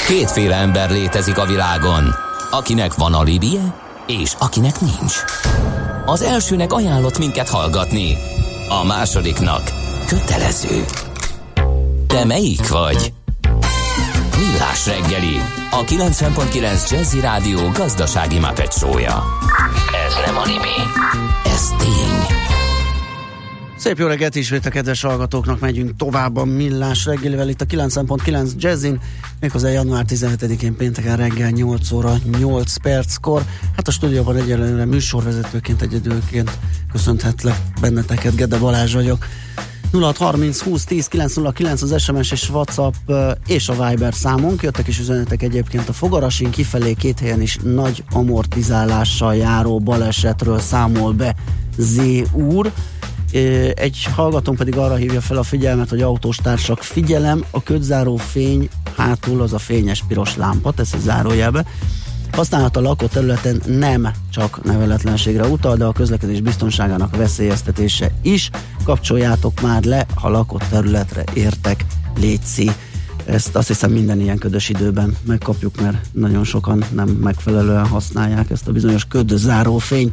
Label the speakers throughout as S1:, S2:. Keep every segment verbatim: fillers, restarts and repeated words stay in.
S1: Kétféle ember létezik a világon, akinek van alibije, és akinek nincs. Az elsőnek ajánlott minket hallgatni, a másodiknak kötelező. Te melyik vagy? Millás reggeli, a kilencven pont kilenc Jazzy Rádió gazdasági Muppet show-ja. Ez nem anime, ez tény.
S2: Szép jó reggelt ismét a kedves hallgatóknak, megyünk tovább a Millás reggelivel itt a kilencven pont kilenc Jazzin, méghozzá január tizenhetedikén pénteken reggel nyolc óra nyolc perckor. Hát a stúdióban egyelőre műsorvezetőként, egyedülként köszönhetlek benneteket, Gede Balázs vagyok. nulla hat harminc húsz tíz kilenc nulla kilenc az es em es és WhatsApp és a Viber számunk. Jöttek is üzenetek egyébként a Fogarasin kifelé két helyen is nagy amortizálással járó balesetről számol be Z úr. Egy hallgatónk pedig arra hívja fel a figyelmet, hogy autóstársak, figyelem, a ködzáró fény hátul az a fényes piros lámpa, teszi zárójelbe. Használat a lakott területen nem csak neveletlenségre utal, de a közlekedés biztonságának veszélyeztetése is. Kapcsoljátok már le, ha lakott területre értek, létszi. Ezt azt hiszem minden ilyen ködös időben megkapjuk, mert nagyon sokan nem megfelelően használják ezt a bizonyos ködzáró fényt.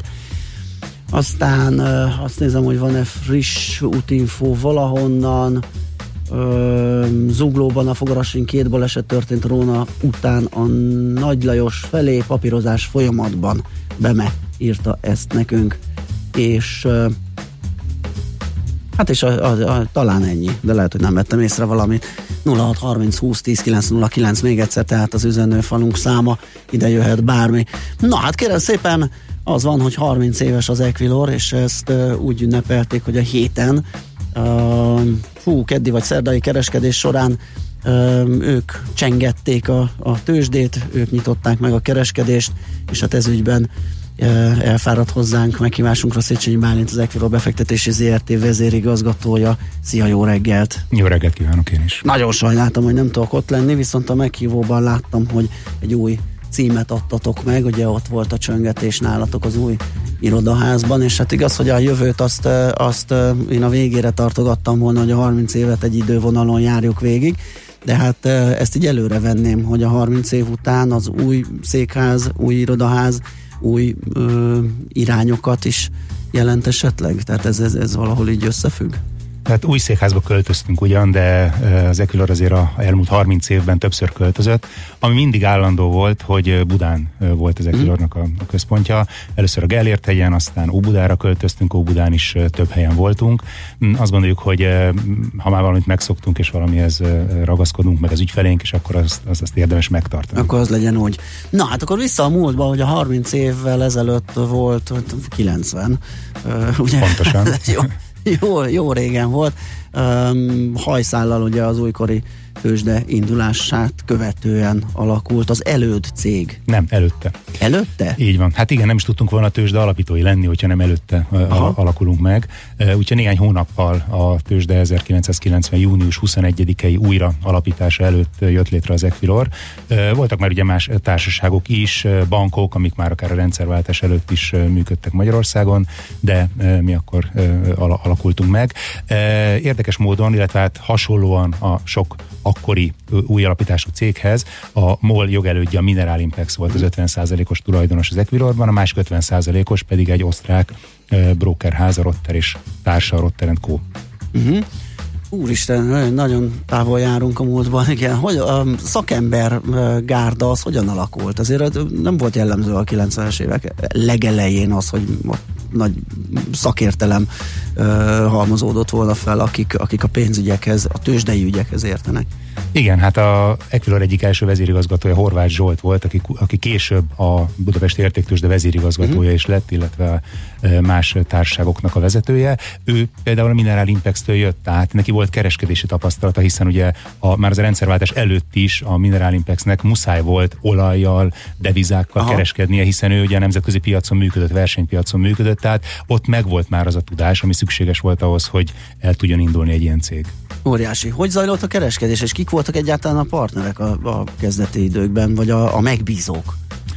S2: Aztán uh, azt nézem, hogy van-e friss útinfó valahonnan. Uh, Zuglóban a Fogarasin két baleset történt Róna után a Nagy Lajos felé, papírozás folyamatban. Beme írta ezt nekünk. És uh, hát és a, a, a, talán ennyi, de lehet, hogy nem vettem észre valamit. nulla hat harminc húsz tíz kilenc nulla kilenc még egyszer, tehát az üzenőfalunk száma, ide jöhet bármi. Na hát kérem szépen, az van, hogy harminc éves az Equilor, és ezt uh, úgy ünnepelték, hogy a héten uh, fú, keddi vagy szerdai kereskedés során uh, ők csengették a, a tőzsdét, ők nyitották meg a kereskedést, és hát ez ügyben uh, elfáradt hozzánk meghívásunkra Széchenyi Bálint, az Equilor befektetési zé er té vezérigazgatója. Szia, jó reggelt!
S3: Jó reggelt kívánok én is!
S2: Nagyon sajnáltam, hogy nem tudok ott lenni, viszont a meghívóban láttam, hogy egy új címet adtatok meg, ugye ott volt a csöngetés nálatok az új irodaházban, és hát igaz, hogy a jövőt azt, azt én a végére tartogattam volna, hogy a harminc évet egy idővonalon járjuk végig, de hát ezt így előre venném, hogy a harminc év után az új székház, új irodaház, új ö, irányokat is jelent esetleg? Tehát ez, ez, ez valahol így összefügg?
S3: Tehát új székházba költöztünk ugyan, de az Equilor azért a elmúlt harminc évben többször költözött, ami mindig állandó volt, hogy Budán volt az Equilornak a központja. Először a Gellért hegyen, aztán Óbudára költöztünk, Óbudán is több helyen voltunk. Azt gondoljuk, hogy ha már valamit megszoktunk, és valamihez ragaszkodunk, meg az ügyfelénk, és akkor azt, azt, azt érdemes megtartani.
S2: Akkor az legyen úgy. Na hát akkor vissza a múltba, hogy a harminc évvel ezelőtt volt kilencven. Ugye?
S3: Pontosan.
S2: Jó. Jó, jó régen volt. Um, hajszállal ugye az újkori tőzsde indulását követően alakult az Előd cég.
S3: Nem, előtte.
S2: Előtte?
S3: Így van. Hát igen, nem is tudtunk volna tőzsde alapítói lenni, hogyha nem előtte Aha. alakulunk meg. Úgyhogy néhány hónappal a tőzsde ezerkilencszázkilencven. június huszonegyedikei újra alapítása előtt jött létre az Equilor. Voltak már ugye más társaságok is, bankok, amik már akár a rendszerváltás előtt is működtek Magyarországon, de mi akkor alakultunk meg. Érdekes módon, illetve hát hasonlóan a sok akkori új alapítású céghez a MOL jogelődje, a Mineral Impex volt az ötven százalékos tulajdonos az Equilorban, a másik ötven százalékos pedig egy osztrák uh, brokerház, a Rotter és társa, a Rotter and Co.
S2: Uh-huh. Úristen, nagyon távol járunk a múltban, igen. Hogy a szakember gárda az hogyan alakult? Azért nem volt jellemző a kilencvenes évek legelején az, hogy nagy szakértelem uh, halmozódott volna fel, akik, akik a pénzügyekhez, a tőzsdei ügyekhez értenek.
S3: Igen, hát a Equilor egyik első vezérigazgatója Horváth Zsolt volt, aki, aki később a Budapesti Értéktőzsde vezérigazgatója uh-huh. is lett, illetve más társaságoknak a vezetője. Ő például a Mineral Impex-től jött, tehát neki volt kereskedési tapasztalata, hiszen ugye a, már az a rendszerváltás előtt is a Mineral Impexnek muszáj volt olajjal, devizákkal Aha. kereskednie, hiszen ő ugye a nemzetközi piacon működött, versenypiacon működött, tehát ott megvolt már az a tudás, ami szükséges volt ahhoz, hogy el tudjon indulni egy ilyen cég.
S2: Óriási. Hogy zajlott a kereskedés, és kik voltak egyáltalán a partnerek a, a kezdeti időkben, vagy a, a megbízók?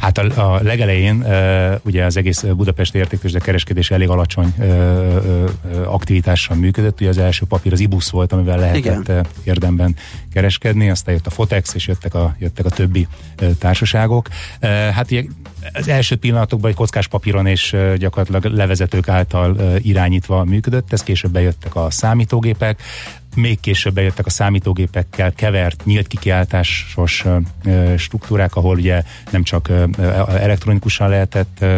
S3: Hát a, a legelején uh, ugye az egész budapesti értéktőzsde kereskedés elég alacsony uh, uh, aktivitással működött. Ugye az első papír az ibusz volt, amivel lehetett uh, érdemben kereskedni, aztán jött a Fotex, és jöttek a, jöttek a többi uh, társaságok. Uh, hát ugye az első pillanatokban egy kockás papíron és uh, gyakorlatilag levezetők által uh, irányítva működött, ez később bejöttek a számítógépek, még később bejöttek a számítógépekkel kevert, nyílt kikiáltásos uh, struktúrák, ahol ugye nem csak uh, elektronikusan lehetett uh,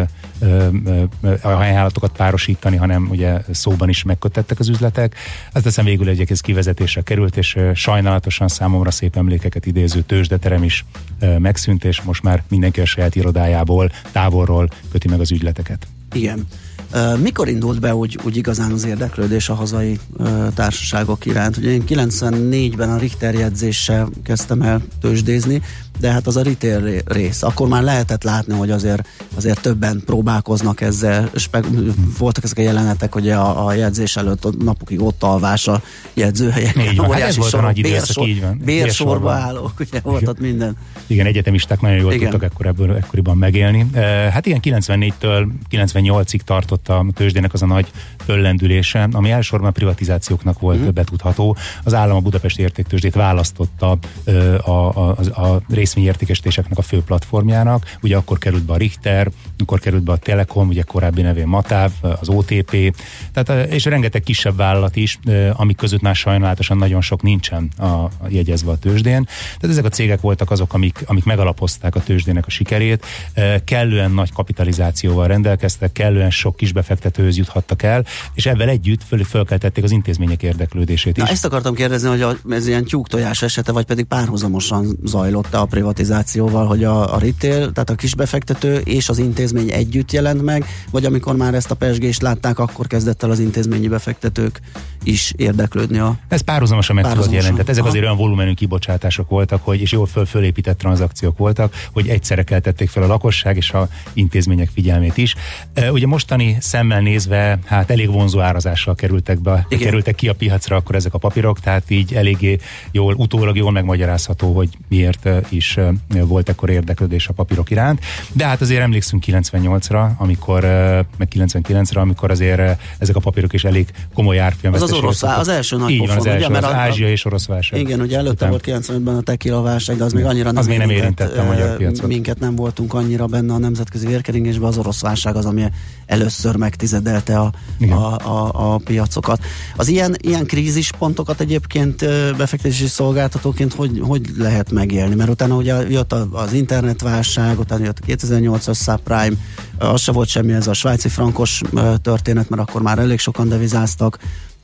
S3: uh, ajánlatokat párosítani, hanem ugye szóban is megkötettek az üzletek. Azt hiszem végül egy egész kivezetésre került, és uh, sajnálatosan számomra szép emlékeket idéző tőzsdeterem is uh, megszűnt, és most már mindenki a saját irodájából, távolról köti meg az ügyleteket.
S2: Igen. Mikor indult be úgy, úgy igazán az érdeklődés a hazai uh, társaságok iránt? Ugye én kilencvennégyben a Richter jegyzéssel kezdtem el tőzsdézni, de hát az a retail rész. Akkor már lehetett látni, hogy azért, azért többen próbálkoznak ezzel. Spek- voltak ezek a jelenetek, hogy a, a jegyzés előtt napokig ott alvás a jegyzőhelyeken.
S3: Így van, hát ez volt a nagy időszak, így van.
S2: Bérsorba állók, ugye volt ott minden.
S3: Igen, egyetemisták nagyon jól igen. tudtak ekkor ebből, ekkoriban megélni. Hát igen, kilencvennégytől kilencvennyolcig tartott a tőzsdének az a nagy föllendülése, ami elsősorban privatizációknak volt mm. betudható. Az állam a budapesti értéktőzsdét választotta a, a, a, a részvényértékesítéseknek a fő platformjának. Ugye akkor került be a Richter, akkor került be a Telekom, ugye korábbi nevén Matáv, az o té pé, tehát, és rengeteg kisebb vállalat is, amik között már sajnálatosan nagyon sok nincsen a, a jegyezve a tőzsdén. Tehát ezek a cégek voltak azok, amik, amik megalapozták a tőzsdének a sikerét, kellően nagy kapitalizációval rendelkeztek, kellően sok kisbefektetőhöz juthattak el, és ebben együtt föl, fölkeltették az intézmények érdeklődését is.
S2: Na, ezt akartam kérdezni, hogy a, ez ilyen tyúktojás esete, vagy pedig párhuzamosan zajlott a privatizációval, hogy a, a retail, tehát a kisbefektető és az intézmény együtt jelent meg, vagy amikor már ezt a pezsgést látták, akkor kezdett el az intézményi befektetők is érdeklődni a...
S3: Ez párhuzamosan meg tudod jelenteni. Tehát ezek Aha. azért olyan volumenű kibocsátások voltak, hogy, és jól föl, fölépített tranzakciók voltak, hogy egyszerre keltették fel a lakosság és a intézmények figyelmét is. Uh, ugye mostani szemmel nézve, hát elég vonzó árazással kerültek be, Igen. kerültek ki a piacra akkor ezek a papírok, tehát így eléggé jól, utólag jól megmagyarázható, hogy miért is uh, volt ekkor érdeklődés a papírok iránt. De hát azért emlékszünk kilencvennyolcra, amikor, uh, meg kilencvenkilencre, amikor azért uh, ezek a papírok is elég komoly árfolyamvesztésre.
S2: Az az orosz, az első nagy
S3: pofon,
S2: az,
S3: első,
S2: ugye,
S3: az
S2: a,
S3: Ázsia és orosz válság.
S2: Igen, ugye előtte után volt kilencvenötben a tequila válság, de az még annyira nem,
S3: az még nem
S2: érintett,
S3: érintette a magyar piacot.
S2: Minket nem voltunk annyira benne a nemzetközi vérkeringésben, az orosz válság az, ami először megtizedelte a, a, a, a piacokat. Az ilyen, ilyen krízispontokat egyébként befektetési szolgáltatóként hogy, hogy lehet megélni? Mert utána ugye jött az internetválság, utána jött a kétezer-nyolcas subprime, az se volt semmi, ez a svájci frankos történet, mert akkor már elég sokan devizáztak.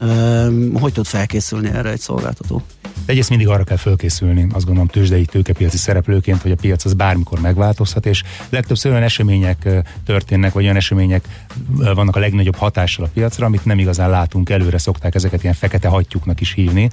S2: Hogy tud felkészülni erre egy szolgáltató?
S3: Egyrészt mindig arra kell fölkészülni, azt gondolom tőzsdei tőkepiaci szereplőként, hogy a piac az bármikor megváltozhat, és legtöbbször olyan események történnek, vagy olyan események vannak a legnagyobb hatással a piacra, amit nem igazán látunk előre, szokták ezeket ilyen fekete hattyúknak is hívni.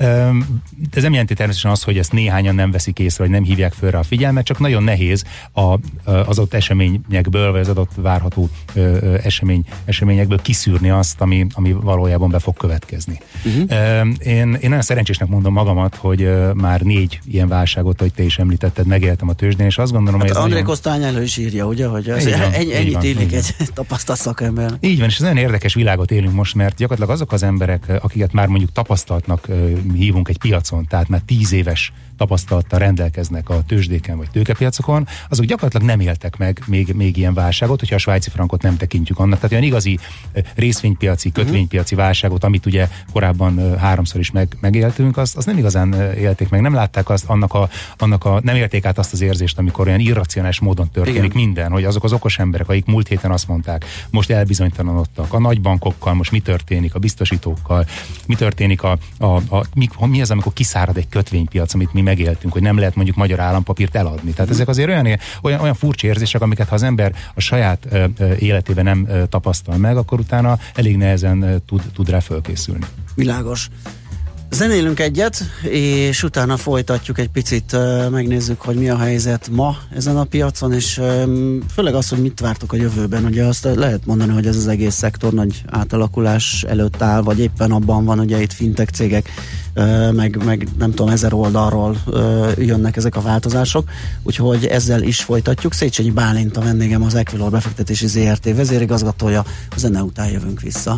S3: Ez nem jelenti természetesen az, hogy ezt néhányan nem veszik észre, vagy nem hívják föl rá a figyelmet, csak nagyon nehéz az adott eseményekből, vagy az adott várható esemény, eseményekből kiszűrni azt, ami, ami valójában be fog következni. Uh-huh. Én, én nagyon szerencsésnek mondom magamat, hogy már négy ilyen válságot, hogy te is említetted, megéltem a tőzsdén, és azt gondolom,
S2: hát
S3: hogy ez
S2: André
S3: nagyon...
S2: Kosztány elő is írja, ugye, hogy ez van, ennyi, ennyit élik egy tapasztalt szakember.
S3: Így van, és ez nagyon érdekes világot élünk most, mert gyakorlatilag azok az emberek, akiket már mondjuk tapasztaltnak hívunk egy piacon, tehát már tíz éves tapasztalattal rendelkeznek a tőzsdéken vagy tőkepiacokon, azok gyakorlatilag nem éltek meg még, még ilyen válságot, hogyha a svájci frankot nem tekintjük annak. Tehát olyan igazi részvénypiaci, kötvénypiaci válságot, amit ugye korábban háromszor is meg, megéltünk, azt, azt nem igazán élték meg, nem látták azt, annak a, annak a, nem élték át azt az érzést, amikor olyan irracionális módon történik Igen. minden, hogy azok az okos emberek, akik múlt héten azt mondták, most elbizonytalanodtak, a nagybankokkal most mi történik, a biztosítókkal, mi történik, a, a, a, mi, mi az, amikor kiszárad egy kötvénypiac, amit mi megéltünk, hogy nem lehet mondjuk magyar állampapírt eladni. Tehát ezek azért olyan, olyan, olyan furcsa érzések, amiket ha az ember a saját ö, ö, életében nem ö, tapasztal meg, akkor utána elég nehezen ö, tud, tud rá fölkészülni.
S2: Világos. Zenélünk egyet, és utána folytatjuk egy picit, megnézzük, hogy mi a helyzet ma ezen a piacon, és főleg az, hogy mit vártok a jövőben. Ugye azt lehet mondani, hogy ez az egész szektor nagy átalakulás előtt áll, vagy éppen abban van, ugye itt fintech cégek meg, meg nem tudom, ezer oldalról jönnek ezek a változások, úgyhogy ezzel is folytatjuk. Széchenyi Bálint a vendégem, az Equilor befektetési zé er té vezérigazgatója, a zene után jövünk vissza.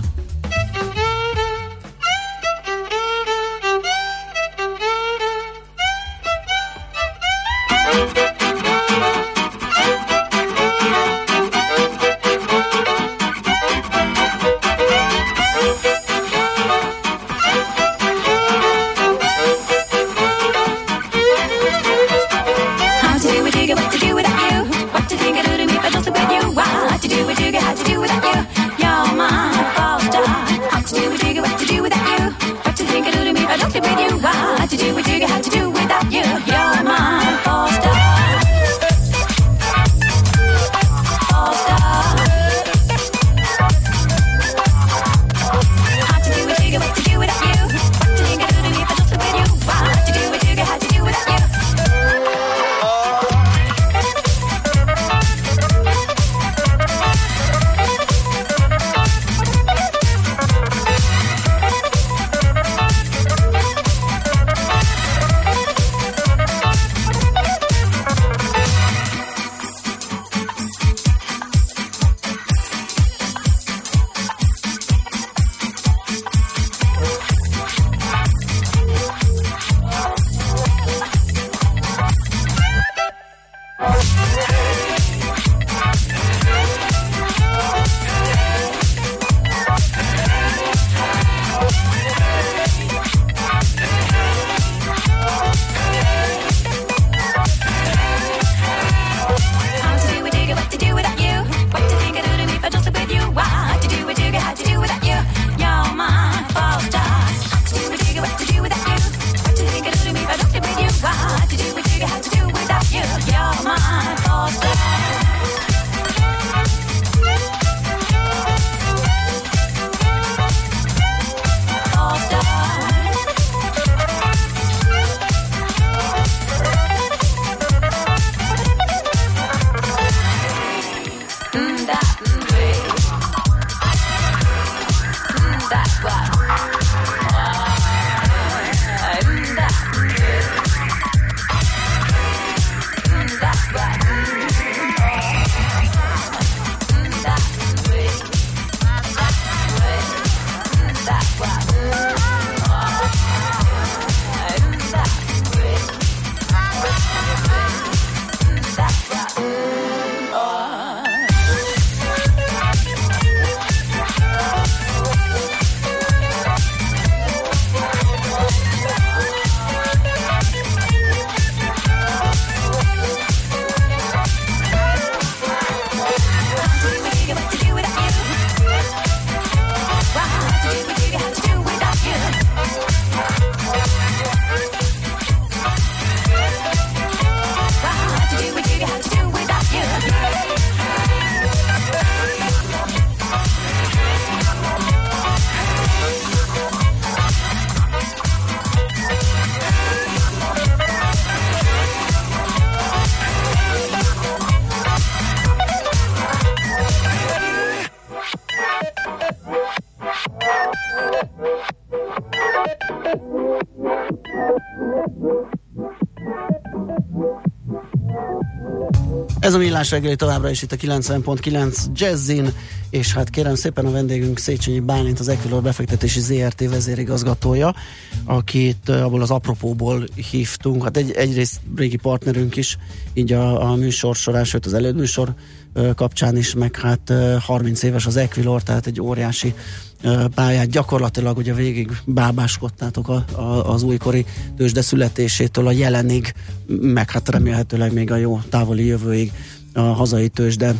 S2: Ez a Millás reggeli továbbra is itt a kilencven pont kilenc Jazzin, és hát kérem szépen a vendégünk Széchenyi Bálint, az Equilor befektetési zé er té vezérigazgatója, akit abból az apropóból hívtunk, hát egy, egyrészt régi partnerünk is, így a, a műsor során, sőt az elődműsor kapcsán is, meg hát harminc éves az Equilor, tehát egy óriási pályát, gyakorlatilag ugye végig bábáskodtátok a, a, az újkori tőzsde születésétől a jelenig, meg hát remélhetőleg még a jó távoli jövőig a hazai tőzsde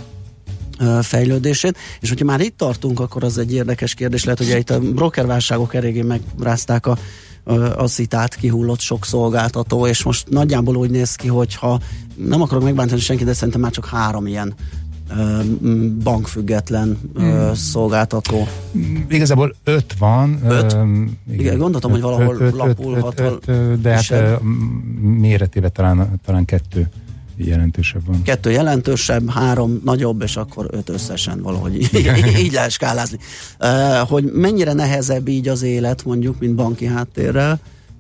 S2: fejlődését, és hogyha már itt tartunk, akkor az egy érdekes kérdés lehet, hogy itt a brokerválságok eléggé megrázták a, a, a szitát, kihullott sok szolgáltató, és most nagyjából úgy néz ki, hogyha nem akarok megbántani senkit, de szerintem már csak három ilyen bankfüggetlen hmm. szolgáltató.
S3: Igazából öt van.
S2: Öt? Igen, igen, gondoltam, öt, hogy valahol öt, lapulhat. Öt, öt, öt,
S3: de hát méretével talán, talán kettő jelentősebb van.
S2: Kettő jelentősebb, három nagyobb, és akkor öt összesen valahogy így, így lehet skálázni. Uh, hogy mennyire nehezebb így az élet, mondjuk, mint banki háttérrel,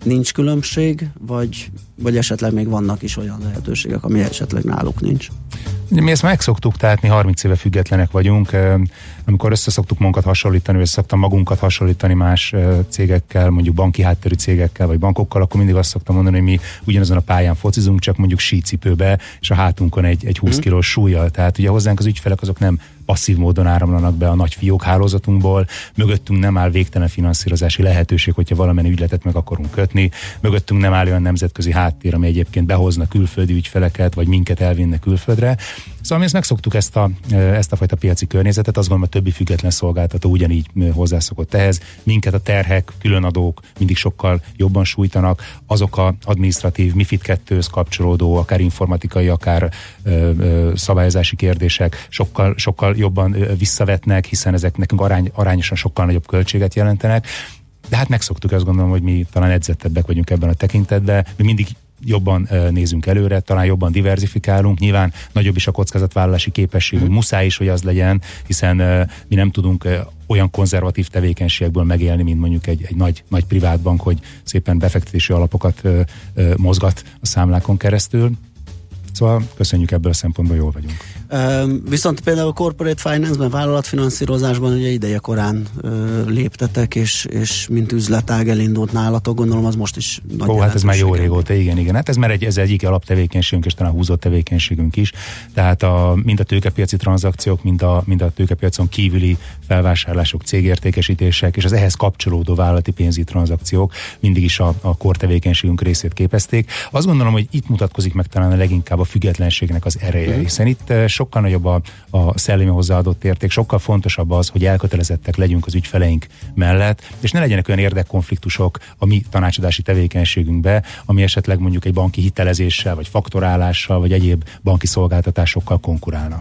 S2: nincs különbség, vagy, vagy esetleg még vannak is olyan lehetőségek, ami esetleg náluk nincs?
S3: Mi ezt meg szoktuk látni, harminc éve függetlenek vagyunk, amikor összeszoktuk magunkat hasonlítani, vagy szoktam magunkat hasonlítani más cégekkel, mondjuk banki hátterű cégekkel, vagy bankokkal, akkor mindig azt szoktam mondani, hogy mi ugyanazon a pályán focizunk, csak mondjuk sícipőbe, és a hátunkon egy, egy húsz kilós súlyjal. Tehát ugye hozzánk az ügyfelek azok nem passzív módon áramlanak be a nagy fiók hálózatunkból, mögöttünk nem áll végtelen finanszírozási lehetőség, hogyha valamennyi ügyletet meg akarunk kötni, mögöttünk nem áll olyan nemzetközi háttér, ami egyébként behozna külföldi ügyfeleket, vagy minket elvinne külföldre. Szóval mi ezt megszoktuk ezt a, ezt a fajta piaci környezetet, azt gondolom, a többi független szolgáltató ugyanígy hozzászokott ehhez. Minket a terhek, különadók mindig sokkal jobban sújtanak, azok a adminisztratív MiFID kettőhöz kapcsolódó, akár informatikai, akár ö, ö, szabályozási kérdések sokkal, sokkal jobban ö, visszavetnek, hiszen ezek nekünk arány, arányosan sokkal nagyobb költséget jelentenek. De hát megszoktuk, azt gondolom, hogy mi talán edzettebbek vagyunk ebben a tekintetben, mi mindig jobban uh, nézünk előre, talán jobban diverzifikálunk, nyilván nagyobb is a kockázatvállalási képességünk, mm. muszáj is, hogy az legyen, hiszen uh, mi nem tudunk uh, olyan konzervatív tevékenységekből megélni, mint mondjuk egy, egy nagy, nagy privátbank, hogy szépen befektetési alapokat uh, uh, mozgat a számlákon keresztül. Szóval köszönjük, ebből a szempontból jól vagyunk.
S2: Uh, viszont például corporate finance-ben, vállalatfinanszírozásban ugye ideje korán uh, léptetek, és, és mint üzletág elindult nálatok, gondolom az most is nagy.
S3: Ó, hát ez már jó régóta, igen, igen. Hát ez már egy, ez egyik alaptevékenységünk, és talán húzott tevékenységünk is. Tehát a, mind a tőkepiaci tranzakciók, mind a, mind a tőkepiacon kívüli felvásárlások, cégértékesítések, és az ehhez kapcsolódó vállalati pénzügyi tranzakciók mindig is a, a core tevékenységünk részét képezték. Azt gondolom, hogy itt mutatkozik meg talán a leginkább a függetlenségnek az ereje, hiszen itt sokkal nagyobb a, a szellemi hozzáadott érték, sokkal fontosabb az, hogy elkötelezettek legyünk az ügyfeleink mellett, és ne legyenek olyan érdekkonfliktusok a mi tanácsadási tevékenységünkbe, ami esetleg mondjuk egy banki hitelezéssel, vagy faktorálással, vagy egyéb banki szolgáltatásokkal konkurálna.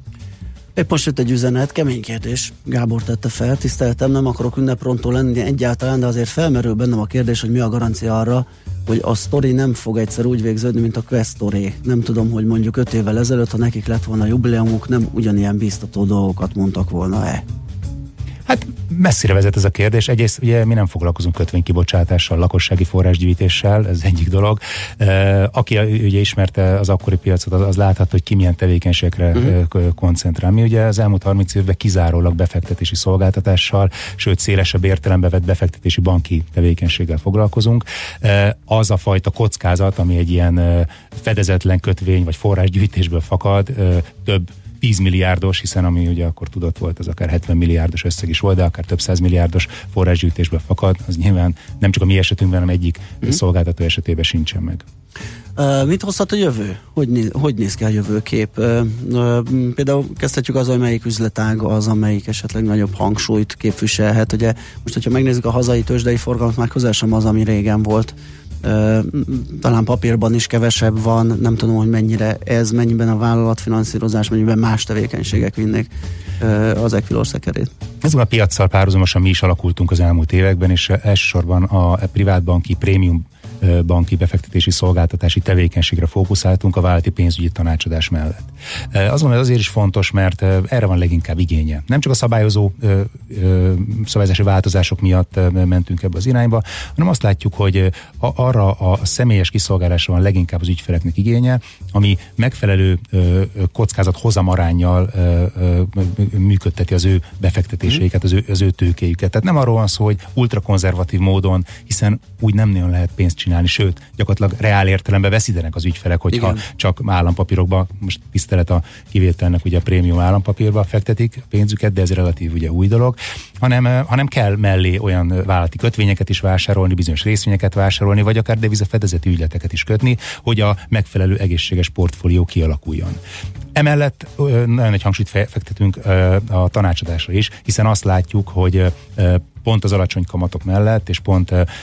S2: Épp most jött egy üzenet, kemény kérdés, Gábor tette fel, tiszteltem, nem akarok ünneprontó lenni egyáltalán, de azért felmerül bennem a kérdés, hogy mi a garancia arra, hogy a sztori nem fog egyszer úgy végződni, mint a Quest sztori. Nem tudom, hogy mondjuk öt évvel ezelőtt, ha nekik lett volna jubileumuk, nem ugyanilyen biztató dolgokat mondtak volna-e?
S3: Hát messzire vezet ez a kérdés. Egyrészt ugye mi nem foglalkozunk kötvénykibocsátással, lakossági forrásgyűjtéssel, ez egyik dolog. Uh, aki ugye ismerte az akkori piacot, az, az láthat, hogy ki milyen tevékenységekre uh-huh. koncentrál. Mi ugye az elmúlt harminc évben kizárólag befektetési szolgáltatással, sőt szélesebb értelembe vett befektetési banki tevékenységgel foglalkozunk. Uh, az a fajta kockázat, ami egy ilyen uh, fedezetlen kötvény vagy forrásgyűjtésből fakad, uh, több tíz milliárdos, hiszen ami ugye akkor tudott volt, az akár hetven milliárdos összeg is volt, de akár több száz milliárdos forrásgyűjtésből fakad, az nyilván nem csak a mi esetünkben, hanem egyik mm. szolgáltató esetében sincsen meg.
S2: Uh, mit hozhat a jövő? Hogy, néz, hogy néz ki a jövőkép? Uh, uh, például kezdhetjük az, hogy melyik üzletág az, amelyik esetleg nagyobb hangsúlyt képviselhet. Ugye most, hogyha megnézzük a hazai tőzsdei forgalmat, már közel sem az, ami régen volt. Uh, talán papírban is kevesebb van, nem tudom, hogy mennyire ez, mennyiben a vállalatfinanszírozás, mennyiben más tevékenységek vinnék uh, az Equilor szekerét.
S3: Ez a piaccal párhuzamosan mi is alakultunk az elmúlt években, és elsősorban a privátbanki prémium banki befektetési szolgáltatási tevékenységre fókuszáltunk a vállalati pénzügyi tanácsadás mellett. Azt gondolom, ez azért is fontos, mert erre van leginkább igénye. Nem csak a szabályozó ö, ö, szabályozási változások miatt mentünk ebbe az irányba, hanem azt látjuk, hogy arra a személyes kiszolgálásra van leginkább az ügyfeleknek igénye, ami megfelelő ö, kockázat hozamaránnyal ö, ö, működteti az ő befektetéseiket, az ő, az ő tőkéjüket. Tehát nem arról van szó, hogy ultrakonzervatív módon, hiszen úgy nem nagyon lehet pénzt csinálni, sőt, gyakorlatilag reál értelemben veszítenek az ügyfelek, hogyha igen. csak állampapírokba, most tisztelet a kivételnek, ugye a prémium állampapírba fektetik pénzüket, de ez relatív ugye új dolog, hanem, hanem kell mellé olyan vállalati kötvényeket is vásárolni, bizonyos részvényeket vásárolni, vagy akár devizafedezeti ügyleteket is kötni, hogy a megfelelő egészséges portfólió kialakuljon. Emellett nagyon nagy hangsúlyt fektetünk a tanácsadásra is, hogy azt látjuk, hogy pont az alacsony kamatok mellett, és pont a,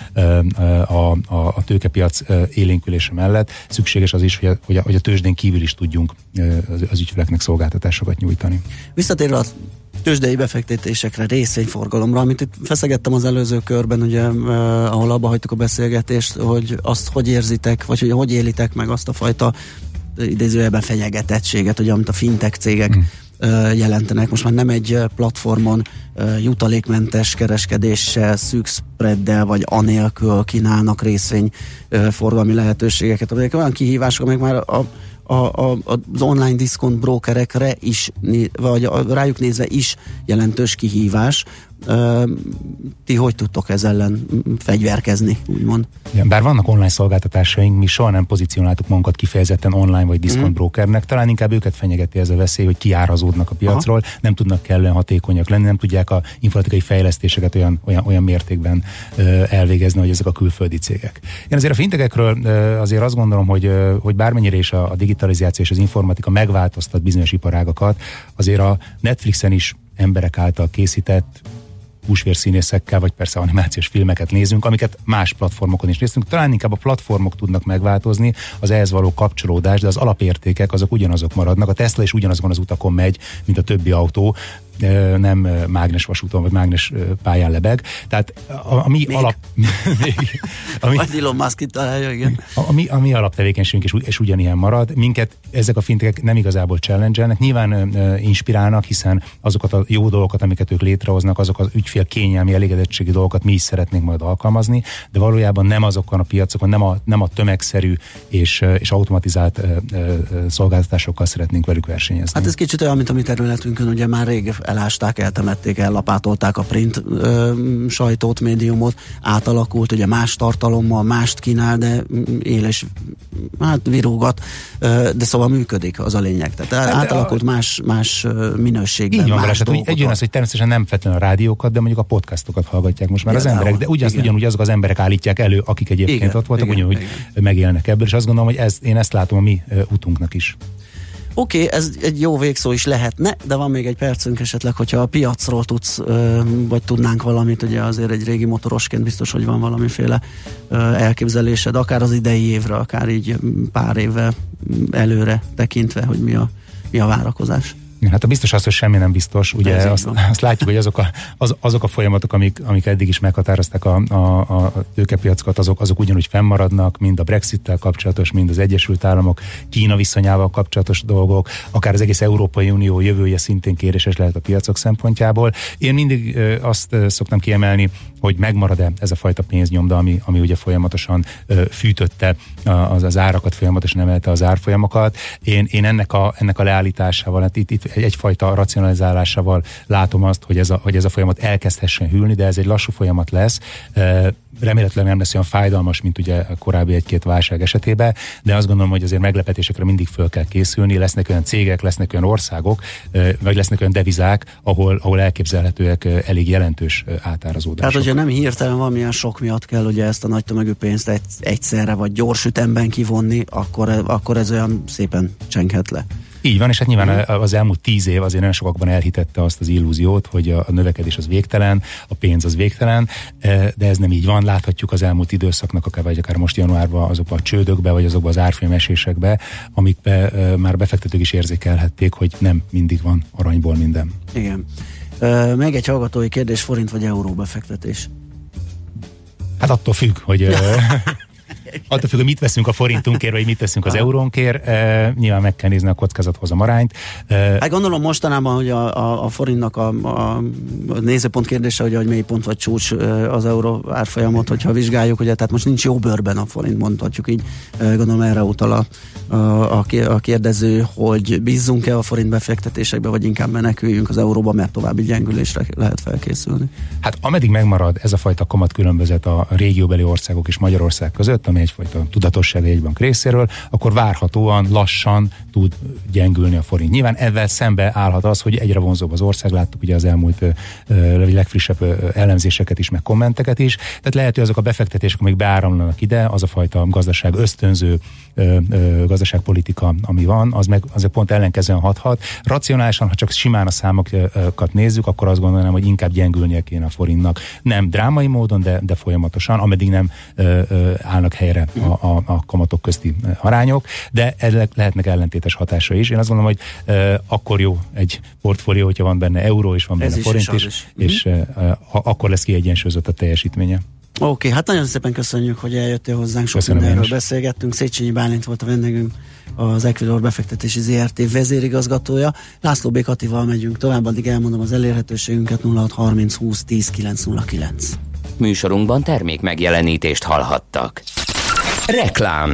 S3: a, a tőkepiac élénkülése mellett szükséges az is, hogy a, hogy a, hogy a tőzsdén kívül is tudjunk az ügyfeleknek szolgáltatásokat nyújtani.
S2: Visszatérve a tőzsdei befektetésekre, részvényforgalomra, amit itt feszegettem az előző körben, ugye, eh, ahol abba hagytuk a beszélgetést, hogy azt hogy érzitek, vagy hogy hogy élitek meg azt a fajta idézőjelben fenyegetettséget, ugye, amit a fintech cégek mm. jelentenek. Most már nem egy platformon jutalékmentes kereskedéssel, szűk spreaddel vagy anélkül kínálnak részvényforgalmi lehetőségeket, amelyek olyan kihívások, amelyek már a A, a, az online diszkont brokerekre is, vagy a, rájuk nézve is jelentős kihívás. Uh, ti hogy tudtok ezzel ellen fegyverkezni, úgymond?
S3: Igen, bár vannak online szolgáltatásaink, mi soha nem pozícionáltuk magunkat kifejezetten online vagy diszkont mm. brokernek, talán inkább őket fenyegeti ez a veszély, hogy kiárazódnak a piacról, aha, nem tudnak kellően hatékonyak lenni, nem tudják a informatikai fejlesztéseket olyan, olyan, olyan mértékben uh, elvégezni, hogy ezek a külföldi cégek. Én azért a fintekekről uh, azért azt gondolom, hogy, uh, hogy bármennyire is a, a digitalizáció és az informatika megváltoztat bizonyos iparágakat, azért a Netflixen is emberek által készített húsvérszínészekkel, vagy persze animációs filmeket nézünk, amiket más platformokon is néztünk. Talán inkább a platformok tudnak megváltozni, az ehhez való kapcsolódás, de az alapértékek azok ugyanazok maradnak. A Tesla is ugyanazon az utakon megy, mint a többi autó, nem mágnes vasúton, vagy mágnes pályán lebeg. Tehát a, a mi
S2: még.
S3: alap... még,
S2: ami, vagy Elon Musk itt találja, igen.
S3: A, a, mi, a mi alaptevékenységünk és, és ugyanilyen marad. Minket ezek a fintekek nem igazából challenge-elnek, nyilván uh, inspirálnak, hiszen azokat a jó dolgokat, amiket ők létrehoznak, azok az ügyfél kényelmi, elégedettségi dolgokat mi is szeretnénk majd alkalmazni, de valójában nem azokon a piacokon, nem a, nem a tömegszerű és, és automatizált uh, uh, szolgáltatásokkal szeretnénk velük versenyezni.
S2: Hát ez kicsit olyan, mint a mi területünkön, ugye már rég elásták, eltemették, ellapátolták a print ö, sajtót, médiumot, átalakult, ugye más tartalommal, mást kínál, de él és hát virúgat, ö, de szóval működik, az a lényeg. Tehát hát átalakult a... más, más minőségben,
S3: így van,
S2: más dolgokat.
S3: Egy olyan az, hogy természetesen nem feltétlenül a rádiókat, de mondjuk a podcastokat hallgatják most már ja, az emberek, de ugyanaz, ugyanúgy azok az emberek állítják elő, akik egyébként igen, ott voltak, igen, ugyanúgy igen. megélnek ebből, és azt gondolom, hogy ez, én ezt látom a mi uh, utunknak is.
S2: Oké, okay, ez egy jó végszó is lehetne, de van még egy percünk esetleg, hogyha a piacról tudsz, vagy tudnánk valamit, ugye azért egy régi motorosként biztos, hogy van valamiféle elképzelésed, akár az idei évre, akár így pár évvel előre tekintve, hogy mi a, mi a várakozás.
S3: Hát a biztos az, hogy semmi nem biztos. Ugye azt, azt látjuk, hogy azok a, az, azok a folyamatok, amik, amik eddig is meghatározták a, a, a tőkepiacokat, azok, azok ugyanúgy fennmaradnak, mind a Brexittel kapcsolatos, mind az Egyesült Államok Kína viszonyával kapcsolatos dolgok, akár az egész Európai Unió jövője szintén kéréses lehet a piacok szempontjából. Én mindig ö, azt ö, szoktam kiemelni, hogy megmarad-e ez a fajta pénznyomda, ami, ami ugye folyamatosan ö, fűtötte az, az árakat, folyamatosan emelte az árfolyamokat. Én, én ennek, a, ennek a leállításával, hát itt, itt egyfajta racionalizálásával látom azt, hogy ez, a, hogy ez a folyamat elkezdhessen hűlni, de ez egy lassú folyamat lesz. Remélhetőleg nem lesz olyan fájdalmas, mint ugye a korábbi egy-két válság esetében, de azt gondolom, hogy azért meglepetésekre mindig föl kell készülni, lesznek olyan cégek, lesznek olyan országok, vagy lesznek olyan devizák, ahol, ahol elképzelhetőek elég jelentős átárazódások.
S2: Tehát, hogyha nem hirtelen valamilyen sok miatt kell ugye ezt a nagy tömegű pénzt egy, egyszerre vagy gyors ütemben kivonni, akkor, akkor ez olyan szépen csenghet le.
S3: Így van, és hát nyilván az elmúlt tíz év azért nagyon sokakban elhitette azt az illúziót, hogy a növekedés az végtelen, a pénz az végtelen, de ez nem így van. Láthatjuk az elmúlt időszaknak, akár vagy akár most januárban azokba a csődökbe, vagy azokba az árfolyamesésekbe, amikbe már befektetők is érzékelhették, hogy nem mindig van aranyból minden.
S2: Igen. Meg egy hallgatói kérdés, forint vagy euró befektetés?
S3: Hát attól függ, hogy... Attól függ, hogy mit veszünk a forintunkért, vagy mit veszünk az eurónkért, e, nyilván meg kell nézni a kockázathoz a marányt. E,
S2: hát gondolom mostanában, hogy a, a, a forintnak a, a, a nézőpont kérdése, hogy, hogy mély pont vagy csúcs az euró árfolyamot, hogyha vizsgáljuk, ugye, tehát most nincs jó bőrben a forint, mondhatjuk így. Gondolom erre utal a, a, a kérdező, hogy bízzunk-e a forint befektetésekbe, vagy inkább meneküljünk az euróba, mert további gyengülésre lehet felkészülni.
S3: Hát ameddig megmarad ez a fajta kamatkülönbözet a régióbeli országok és Magyarország között, ami egyfajta tudatosság egy bank részéről, akkor várhatóan lassan tud gyengülni a forint. Nyilván ezzel szembe állhat az, hogy egyre vonzóbb az ország, láttuk ugye az elmúlt ö, legfrissebb ö, elemzéseket is, meg kommenteket is, tehát lehet, hogy azok a befektetések, amik beáramlanak ide, az a fajta gazdaság ösztönző ö, ö, gazdaságpolitika, ami van, az meg az pont ellenkezően hathat. Racionálisan, ha csak simán a számokat nézzük, akkor azt gondolom, hogy inkább gyengülnie kéne a forintnak. Nem drámai módon, de, de folyamatosan, ameddig nem ö, ö, állnak helyre a, a, a kamatok közti arányok, de ezek lehetnek ellentétes hatása is. Én azt gondolom, hogy uh, akkor jó egy portfólió, hogyha van benne euró és van benne is forint is, is. és uh, uh, akkor lesz kiegyensúlyozott a teljesítménye.
S2: Oké, okay, hát nagyon szépen köszönjük, hogy eljöttél hozzánk, sok mindenről beszélgettünk. Széchenyi Bálint volt a vendégünk, az Equilor befektetési zé er té vezérigazgatója. László B. Katival megyünk tovább, addig elmondom az elérhetőségünket: nulla hat harminc húsz tíz kilenc nulla kilenc.
S1: Műsorunkban termék megjelenítést hallhattak. Reklám.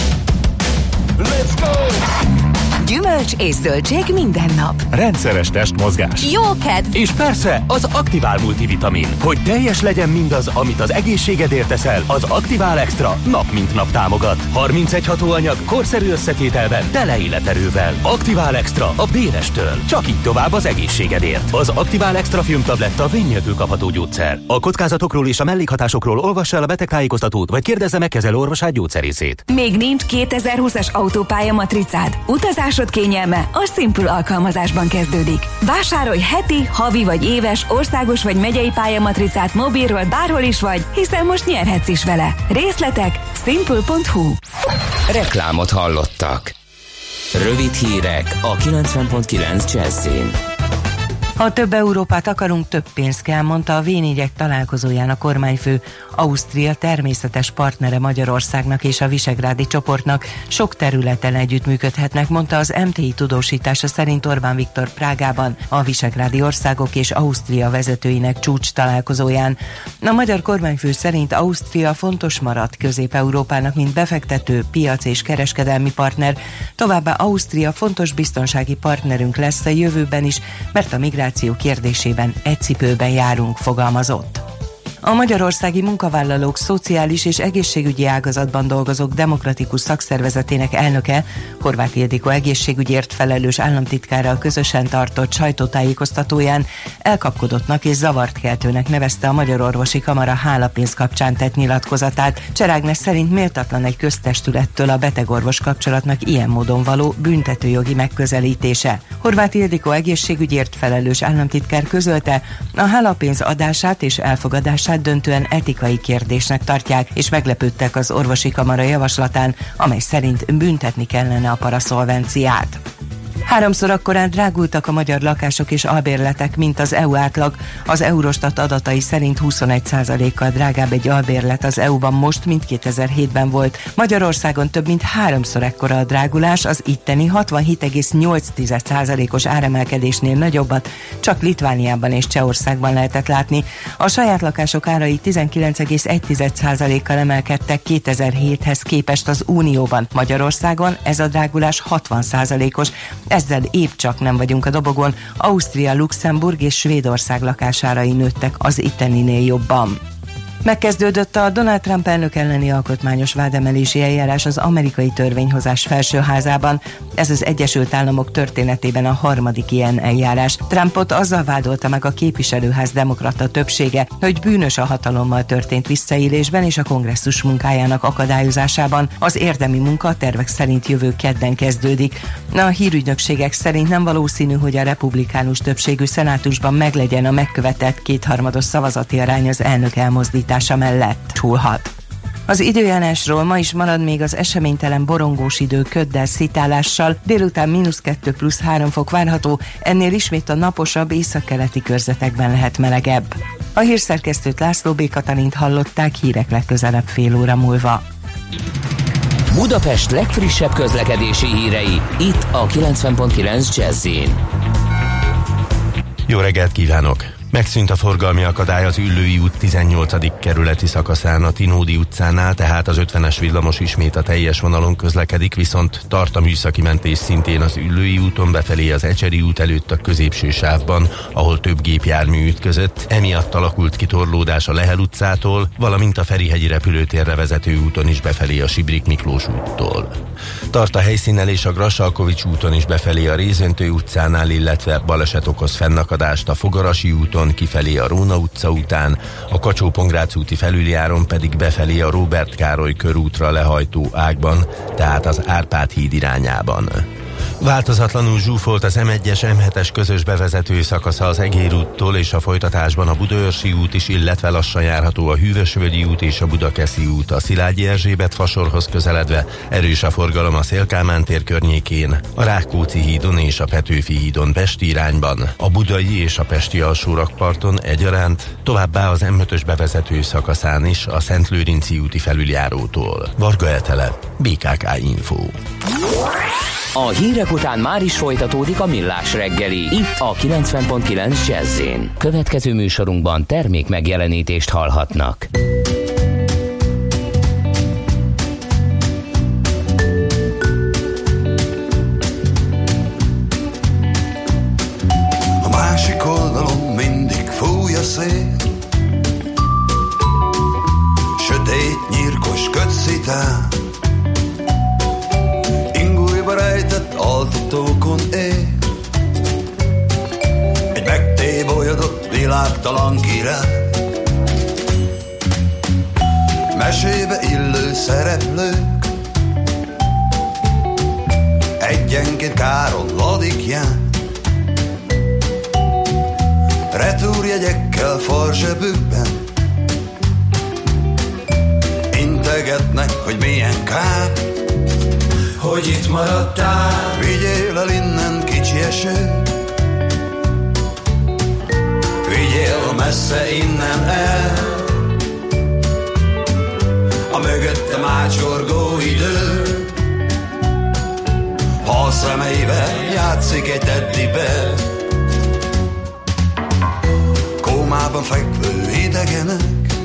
S4: Let's go!
S5: Gyümölcs és zöldség minden nap.
S4: Rendszeres testmozgás.
S5: Jó kedv!
S4: És persze az Aktivál multivitamin. Hogy teljes legyen mindaz, amit az egészségedért teszel, az Aktivál Extra nap mint nap támogat. harmincegy hatóanyag, korszerű összetételben, tele életerővel. Aktivál Extra a Bérestől. Csak így tovább az egészségedért. Az Aktivál Extra filmtabletta vény nélkül kapható gyógyszer. A kockázatokról és a mellékhatásokról olvassa el a betegtájékoztatót, vagy kérdezze meg kezelőorvosát, gyógyszerészét.
S5: Még nincs kétezer-húszas autópálya matricád? Utazásod kényelme a Simple alkalmazásban kezdődik. Vásárolj heti, havi vagy éves, országos vagy megyei pályamatricát mobilról bárhol is vagy, hiszen most nyerhetsz is vele. Részletek simple pont hu.
S1: Reklámot hallottak. Rövid hírek a kilencven pont kilenc Jazzin.
S6: Ha több Európát akarunk, több pénzt kell, mondta a vé négyek találkozóján a kormányfő. Ausztria természetes partnere Magyarországnak és a visegrádi csoportnak. Sok területen együttműködhetnek, mondta az em té i tudósítása szerint Orbán Viktor Prágában a visegrádi országok és Ausztria vezetőinek csúcs találkozóján. A magyar kormányfő szerint Ausztria fontos maradt Közép-Európának, mint befektető, piac és kereskedelmi partner. Továbbá Ausztria fontos biztonsági partnerünk lesz a jövőben is, mert a migráció kérdésében egy cipőben járunk, fogalmazott. A magyarországi munkavállalók szociális és egészségügyi ágazatban dolgozók demokratikus szakszervezetének elnöke, Horváth Ildikó egészségügyért felelős államtitkára közösen tartott sajtótájékoztatóján elkapkodottnak és zavart keltőnek nevezte a Magyar Orvosi Kamara hálapénz kapcsán tett nyilatkozatát. Cserágnes szerint méltatlan egy köztestülettől a betegorvos kapcsolatnak ilyen módon való büntetőjogi megközelítése. Horváth Ildikó egészségügyért felelős államtitkár közölte, a hálapénz adását és elfogadását döntően etikai kérdésnek tartják, és meglepődtek az orvosi kamara javaslatán, amely szerint büntetni kellene a paraszolvenciát. Háromszor akkorán drágultak a magyar lakások és albérletek, mint az é u átlag. Az Eurostat adatai szerint huszonegy százalékkal drágább egy albérlet az é u-ban most, mint kétezer-hétben volt. Magyarországon több mint háromszor ekkora a drágulás, az itteni hatvanhét egész nyolc százalékos áremelkedésnél nagyobbat csak Litvániában és Csehországban lehetett látni. A saját lakások árai tizenkilenc egész egy százalékkal emelkedtek kétezer-héthez képest az Unióban. Magyarországon ez a drágulás hatvan százalékos. Ezzel épp csak nem vagyunk a dobogon. Ausztria, Luxemburg és Svédország lakásárai nőttek az itteninél jobban. Megkezdődött a Donald Trump elnök elleni alkotmányos vádemelési eljárás az amerikai törvényhozás felsőházában. Ez az Egyesült Államok történetében a harmadik ilyen eljárás. Trumpot azzal vádolta meg a képviselőház demokrata többsége, hogy bűnös a hatalommal történt visszaélésben és a kongresszus munkájának akadályozásában. Az érdemi munka a tervek szerint jövő kedden kezdődik. A hírügynökségek szerint nem valószínű, hogy a republikánus többségű szenátusban meglegyen a megkövetett kétharmados szavazati arány az elnök elmozdítása mellett. Túlhat. Az időjárásról: ma is marad még az eseménytelen borongós idő köddel, szitálással, délután mínusz kettő plusz három fok várható, ennél ismét a naposabb északkeleti körzetekben lehet melegebb. A hírszerkesztőt, László B. Katalint hallották, hírek legközelebb fél óra múlva.
S1: Budapest legfrissebb közlekedési hírei, itt a kilencven pont kilenc Jazz-in.
S7: Jó reggelt kívánok! Megszűnt a forgalmi akadály az Üllői út tizennyolcadik kerületi szakaszán, a Tinódi utcánál, tehát az ötvenes villamos ismét a teljes vonalon közlekedik, viszont tart a műszaki mentés szintén az Üllői úton befelé az Ecseri út előtt a középső sávban, ahol több gépjármű ütközött, emiatt alakult ki torlódás a Lehel utcától, valamint a Ferihegyi repülőtérre vezető úton is befelé a Sibrik Miklós úttól. Tart a helyszínen és a Grassalkovics úton is befelé a Rézöntő utcánál, illetve baleset okoz fennakadást a Fogarasi úton kifelé a Róna utca után, a Kacsó-Pongrác úti felüljáron pedig befelé a Róbert Károly körútra lehajtó ágban, tehát az Árpád híd irányában. Változatlanul zsúfolt az em egyes em hetes közös bevezető szakasza az Egér úttól, és a folytatásban a Budaörsi út is, illetve lassan járható a Hűvösvölgyi út és a Budakeszi út. A Szilágyi Erzsébet fasorhoz közeledve erős a forgalom a Széll-Kálmán tér környékén, a Rákóczi hídon és a Petőfi hídon Pesti irányban, a Budai és a Pesti alsórakparton egyaránt, továbbá az em ötös bevezető szakaszán is a Szentlőrinci úti felüljárótól. Varga Etele, bé ká ká Info.
S1: A hírek után már is folytatódik a Millás reggeli, itt a kilencven pont kilenc Jazz-in. Következő műsorunkban termék megjelenítést hallhatnak.
S8: A másik oldalon mindig fúj a szél, sötét, nyírkos kötszitán, ingújba rejtett altatókon él. Egy megtébolyodott világtalan király, mesébe illő szereplők, egyenként káron ladikján, retúrjegyekkel farzsebükben, integetnek, hogy milyen kár, hogy itt maradtál. Vigyél el innen, kicsi eső, vigyél messze innen el, a mögöttem ácsorgó idő, ha a szemeivel játszik egy teddibe. Kómában fekvő idegenek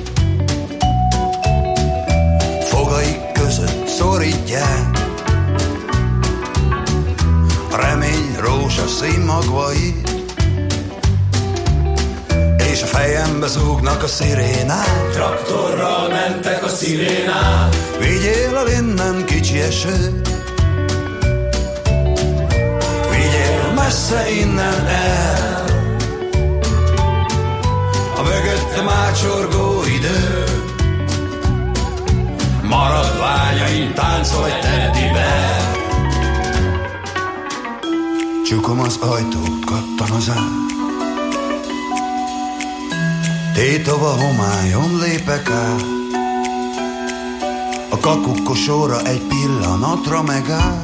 S8: fogaik között szorítják a remény rózsaszín magvait, és a fejembe zúgnak a szirénák. Traktorral mentek a szirénák. Vigyél el innen, kicsi eső, vigyél messze innen el, a mögöttem ácsorgó idő, maradványaim táncolj teddibe. Csukom az ajtót, kattan az ár, tétova homályon lépek át, a kakukkosóra egy pillanatra megáll.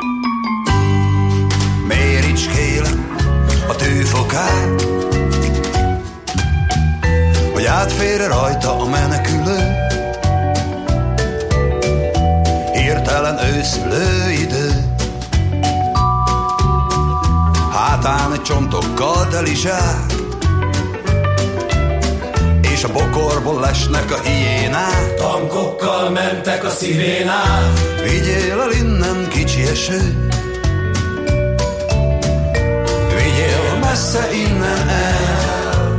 S8: Méricskélem a tűfokát, hogy átfér rajta a menekülő, hirtelen őszülő idő. Hátán egy csontokkal teli zsák, és a bokorból lesnek a hiénák. Tankokkal mentek a szirénák. Vigyél el innen, kicsi eső, vigyél messze innen el,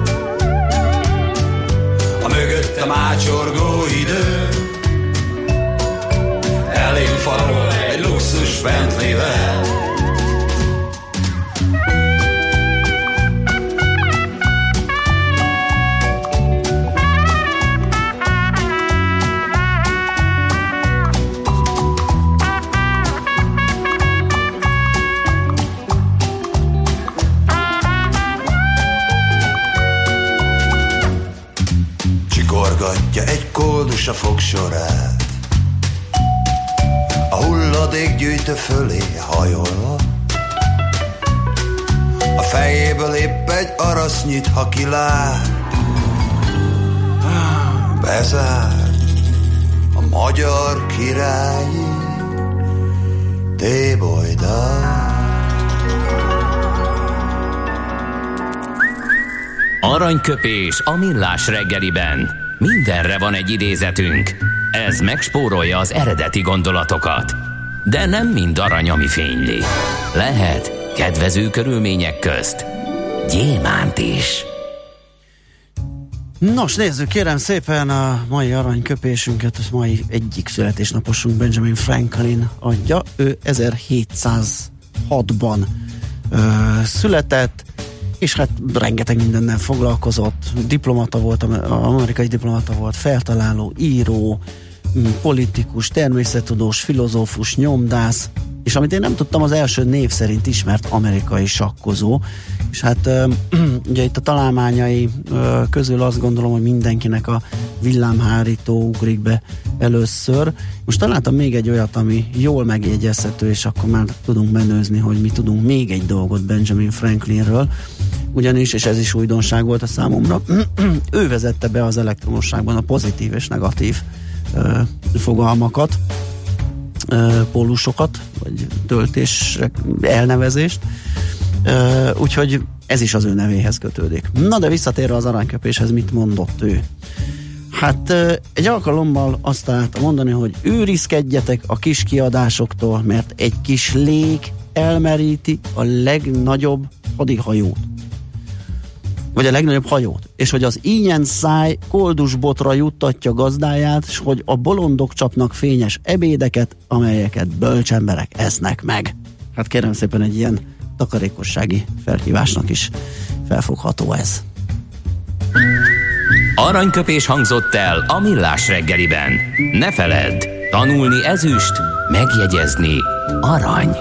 S8: a mögöttem ácsorgó idő, elém farol egy luxus Bentleyvel. Csikorgatja egy koldus a fogsorát, a hulladékgyűjtő fölé hajolva, a fejéből épp egy arasz nyit, ha kilát. Bezár a magyar királyi tébolydal.
S1: Aranyköpés a Millás reggeliben. Mindenre van egy idézetünk. Ez megspórolja az eredeti gondolatokat. De nem mind arany, ami fényli. Lehet kedvező körülmények közt gyémánt is.
S2: Nos, nézzük kérem szépen a mai aranyköpésünket, a mai egyik születésnaposunk Benjamin Franklin adja. Ő ezerhétszázhatban ö, született, és hát rengeteg mindennel foglalkozott, diplomata volt, amerikai diplomata volt, feltaláló, író, politikus, természettudós, filozófus, nyomdász, és amit én nem tudtam, az első név szerint ismert amerikai sakkozó, és hát ugye itt a találmányai közül azt gondolom, hogy mindenkinek a villámhárító ugrik be először. Most találtam még egy olyat, ami jól megjegyezhető, és akkor már tudunk menőzni, hogy mi tudunk még egy dolgot Benjamin Franklinről, ugyanis, és ez is újdonság volt a számomra, ő vezette be az elektromosságban a pozitív és negatív ö, fogalmakat. pólusokat, vagy töltés elnevezést, úgyhogy ez is az ő nevéhez kötődik. Na de visszatérve az aranyköpéshez, mit mondott ő? Hát egy alkalommal azt találta mondani, hogy őrizkedjetek a kis kiadásoktól, mert egy kis lég elmeríti a legnagyobb hadihajót. Vagy a legnagyobb hajót. És hogy az ínyen száj koldusbotra juttatja gazdáját, és hogy a bolondok csapnak fényes ebédeket, amelyeket bölcsemberek esznek meg. Hát kérem szépen, egy ilyen takarékossági felhívásnak is felfogható ez.
S1: Aranyköpés hangzott el a Millás reggeliben. Ne feledd, tanulni ezüst, megjegyezni arany.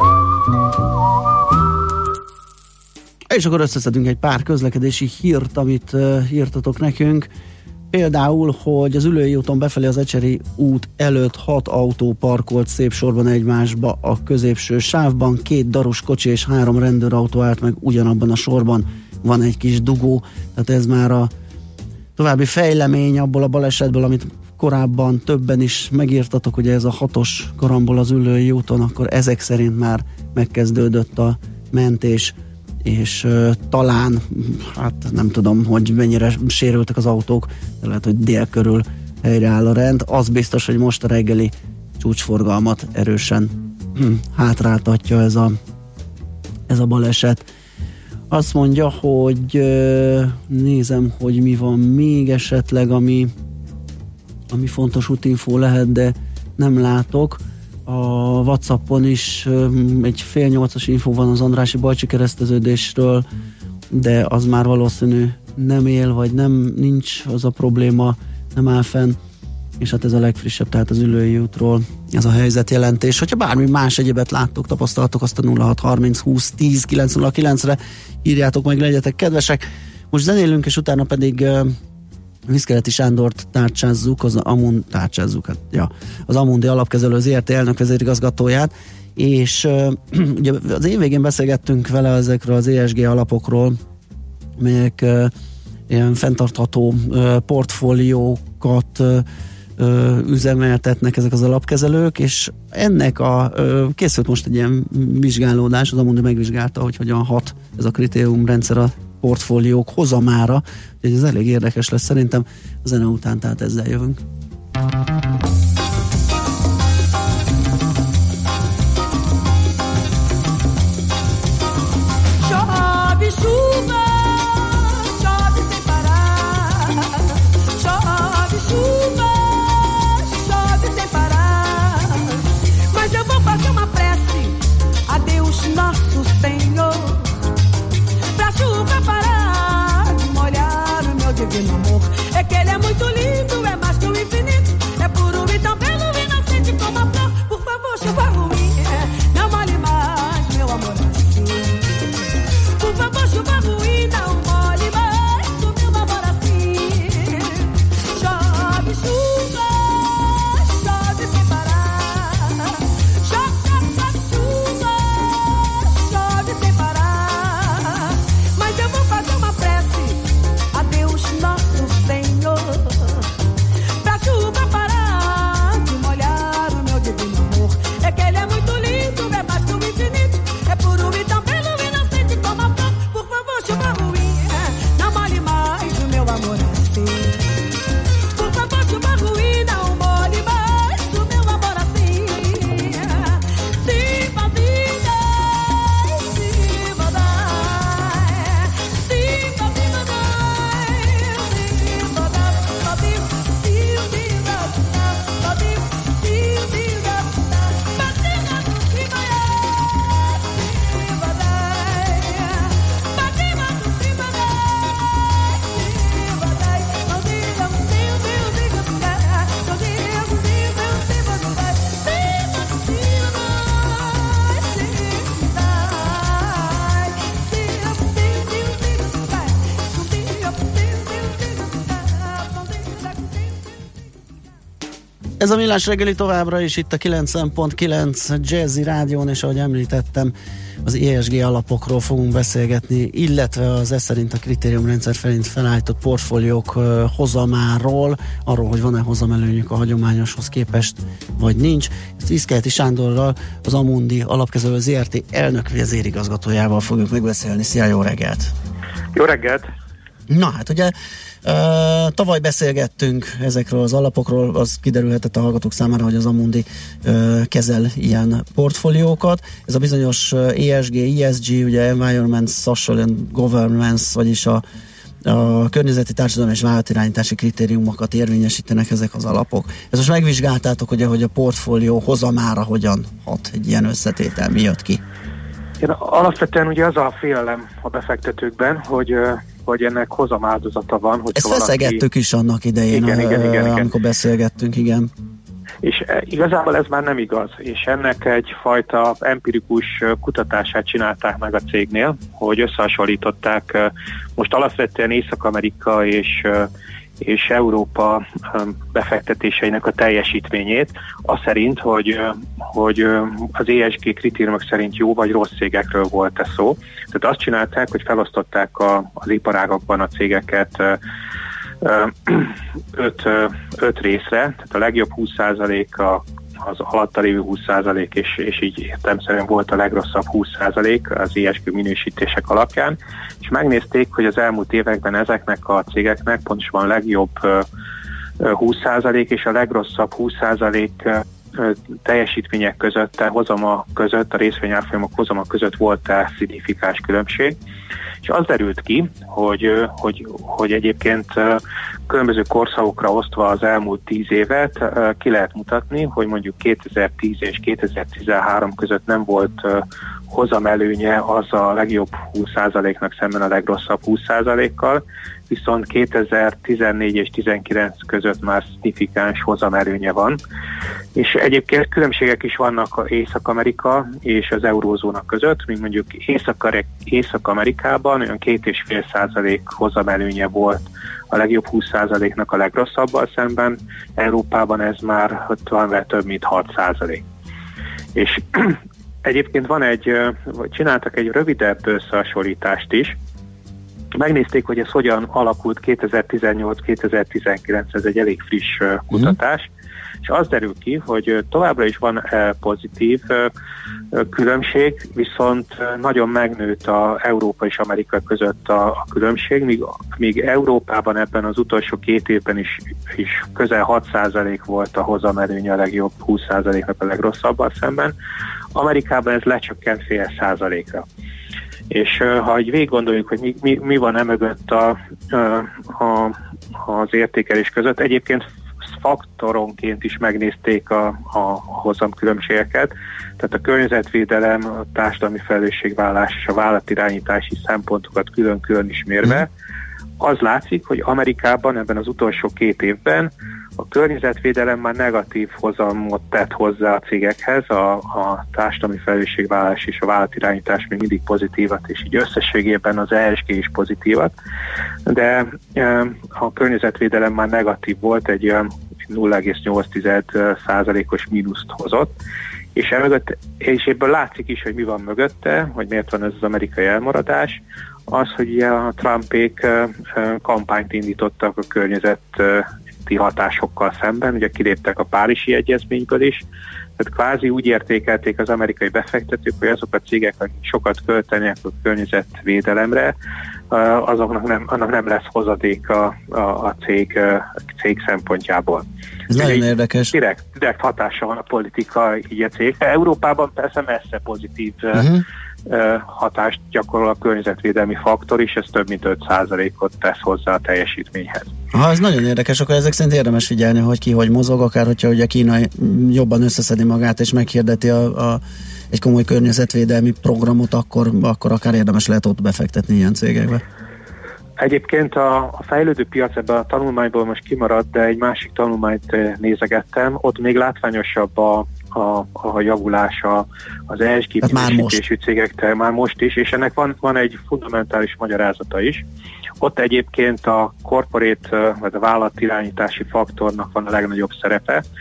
S2: És akkor összeszedünk egy pár közlekedési hírt, amit uh, írtatok nekünk. Például, hogy az Üllői úton befelé az Ecseri út előtt hat autó parkolt szép sorban egymásba a középső sávban, két darus kocsi és három rendőrautó állt meg ugyanabban a sorban. Van egy kis dugó, tehát ez már a további fejlemény abból a balesetből, amit korábban többen is megírtatok, ugye ez a hatos karambol az Üllői úton, akkor ezek szerint már megkezdődött a mentés, és uh, talán, hát nem tudom, hogy mennyire sérültek az autók, de lehet, hogy dél körül helyreáll a rend. Az biztos, hogy most a reggeli csúcsforgalmat erősen hm, hátráltatja ez a, ez a baleset. Azt mondja, hogy uh, nézem, hogy mi van még esetleg, ami, ami fontos útinfó lehet, de nem látok. A WhatsAppon is um, egy fél nyolcas infó van az Andrássy Bajcsi kereszteződésről, de az már valószínű nem él, vagy nem, nincs az a probléma, nem áll fenn, és hát ez a legfrissebb, tehát az Üllői útról ez a helyzetjelentés. Hogyha bármi más egyébet láttok, tapasztaltok, azt a nulla hat harminc húsz tíz kilenc nulla kilencre írjátok meg, legyetek kedvesek. Most zenélünk, és utána pedig uh, Viszkeleti Sándort tárcsázzuk, az Amund, tárcsázzuk, hát, ja, az Amundi Alapkezelő zé er té elnök vezérigazgatóját, és uh, ugye az év végén beszélgettünk vele ezekről az é es gé alapokról, melyek uh, ilyen fenntartható uh, portfóliókat uh, uh, üzemeltetnek ezek az alapkezelők, és ennek a uh, készült most egy ilyen vizsgálódás, az Amundi megvizsgálta, hogy hogyan hat ez a kritériumrendszer a portfóliók hozamára, úgyhogy ez elég érdekes lesz szerintem. A zene után tehát ezzel jövünk.
S9: Chove chuva, chove sem parar. Chove chuva, chove sem parar. Mas eu vou fazer uma prece a Deus nosso Senhor, pra chuva parar de molhar o meu divino amor. É que ele é muito lindo, é mais que o infinito, é puro e
S2: Ez a Millás reggeli továbbra is itt a kilencven pont kilenc Jazzy Rádión, és ahogy említettem, az é es gé alapokról fogunk beszélgetni, illetve az ez szerint a kritériumrendszer szerint felállított portfóliók uh, hozamáról, arról, hogy van-e hozamelőnyük a hagyományoshoz képest, vagy nincs. Ezt Viszkeleti Sándorral, az Amundi Alapkezelő zé er té elnök vezérigazgatójával fogjuk megbeszélni. Szia, jó reggelt!
S10: Jó reggelt!
S2: Na hát ugye uh, tavaly beszélgettünk ezekről az alapokról, az kiderülhetett a hallgatók számára, hogy az Amundi uh, kezel ilyen portfóliókat. Ez a bizonyos uh, é es gé, é es gé, ugye Environment, Social and Governance, vagyis a, a környezeti, társadalmi és vállalatirányítási kritériumokat érvényesítenek ezek az alapok. Ezt most megvizsgáltátok, ugye, hogy a portfólió hozamára hogyan hat egy ilyen összetétel, mi jött ki?
S10: Én alapvetően ugye az a félelem a befektetőkben, hogy hogy ennek hozamáldozata van.
S2: Ezt feszegettük valaki... is annak idején,
S10: igen,
S2: a,
S10: igen, igen,
S2: amikor
S10: igen.
S2: beszélgettünk, igen.
S10: És igazából ez már nem igaz, és ennek egyfajta empirikus kutatását csinálták meg a cégnél, hogy összehasonlították most alapvetően Észak-Amerika és és Európa befektetéseinek a teljesítményét, az szerint, hogy, hogy az é es gé kritériumok szerint jó vagy rossz cégekről volt ez szó. Tehát azt csinálták, hogy felosztották a, az iparágakban a cégeket öt, öt részre, tehát a legjobb húsz százalék a az alatta lévő húsz százalék, és, és így értelemszerűen volt a legrosszabb húsz százalék az é es gé minősítések alapján, és megnézték, hogy az elmúlt években ezeknek a cégeknek pontosan a legjobb húsz százalék és a legrosszabb húsz százalék teljesítmények között, a hozama között, a részvényárfolyamok hozama között volt-e szignifikáns különbség, és az derült ki, hogy, hogy, hogy egyébként különböző korszakokra osztva az elmúlt tíz évet ki lehet mutatni, hogy mondjuk kétezer-tíz és kétezer-tizenhárom között nem volt hozamelőnye az a legjobb húsz százaléknak szemben a legrosszabb húsz százalékkal, viszont kétezer-tizennégy és tizenkilenc között már szignifikáns hozamelőnye van. És egyébként különbségek is vannak Észak-Amerika és az eurózóna között, mint mondjuk Észak-Amerikában olyan két és fél százalék hozamelőnye volt a legjobb húsz százaléknak a legrosszabbal szemben, Európában ez már van több mint hat százalék. És egyébként van egy, csináltak egy rövidebb összehasonlítást is, megnézték, hogy ez hogyan alakult kétezer-tizennyolc kétezer-tizenkilenc, ez egy elég friss kutatás, mm. és az derül ki, hogy továbbra is van pozitív különbség, viszont nagyon megnőtt a Európa és Amerika között a, a különbség, míg, míg Európában ebben az utolsó két évben is, is közel hat százalék volt a hozamelőnye a legjobb húsz százaléknak a legrosszabbal szemben. Amerikában ez lecsökkent fél százalékra. És ha így végig gondoljuk, hogy mi, mi, mi van emögött a, a, az értékelés között, egyébként faktoronként is megnézték a, a hozamkülönbségeket, tehát a környezetvédelem, a társadalmi felelősségvállalás és a vállalatirányítási szempontokat külön-külön is mérve, az látszik, hogy Amerikában ebben az utolsó két évben a környezetvédelem már negatív hozamot tett hozzá a cégekhez, a, a társadalmi felelősségvállalás és a vállalatirányítás még mindig pozitívat, és így összességében az é es gé is pozitívat, de e, a környezetvédelem már negatív volt, egy olyan nulla egész nyolc százalékos mínuszt hozott, és, emögött, és ebből látszik is, hogy mi van mögötte, hogy miért van ez az amerikai elmaradás, az, hogy a Trumpék kampányt indítottak a környezeti hatásokkal szemben, ugye kiléptek a Párizsi Egyezményből is, tehát kvázi úgy értékelték az amerikai befektetők, hogy azok a cégek, akik sokat költenek a környezetvédelemre, azoknak nem, annak nem lesz hozadék a, a, a, cég, a cég szempontjából.
S2: Ez nagyon érdekes.
S10: Direkt, direkt hatása van a politika így a cég. Európában persze messze pozitív uh-huh. hatást gyakorol a környezetvédelmi faktor, és ez több mint öt százalékot tesz hozzá a teljesítményhez.
S2: Ha ez nagyon érdekes, akkor ezek szerint érdemes figyelni, hogy ki hogy mozog, akár hogyha ugye Kína jobban összeszedi magát és meghirdeti a, a, egy komoly környezetvédelmi programot, akkor, akkor akár érdemes lehet ott befektetni ilyen cégekbe.
S10: Egyébként a, a fejlődő piac ebben a tanulmányból most kimaradt, de egy másik tanulmányt nézegettem, ott még látványosabb a A, a javulása az é es gé minősítésű cégekkel már most is, és ennek van, van egy fundamentális magyarázata is. Ott egyébként a corporate, vagy a vállalatirányítási faktornak van a legnagyobb szerepe,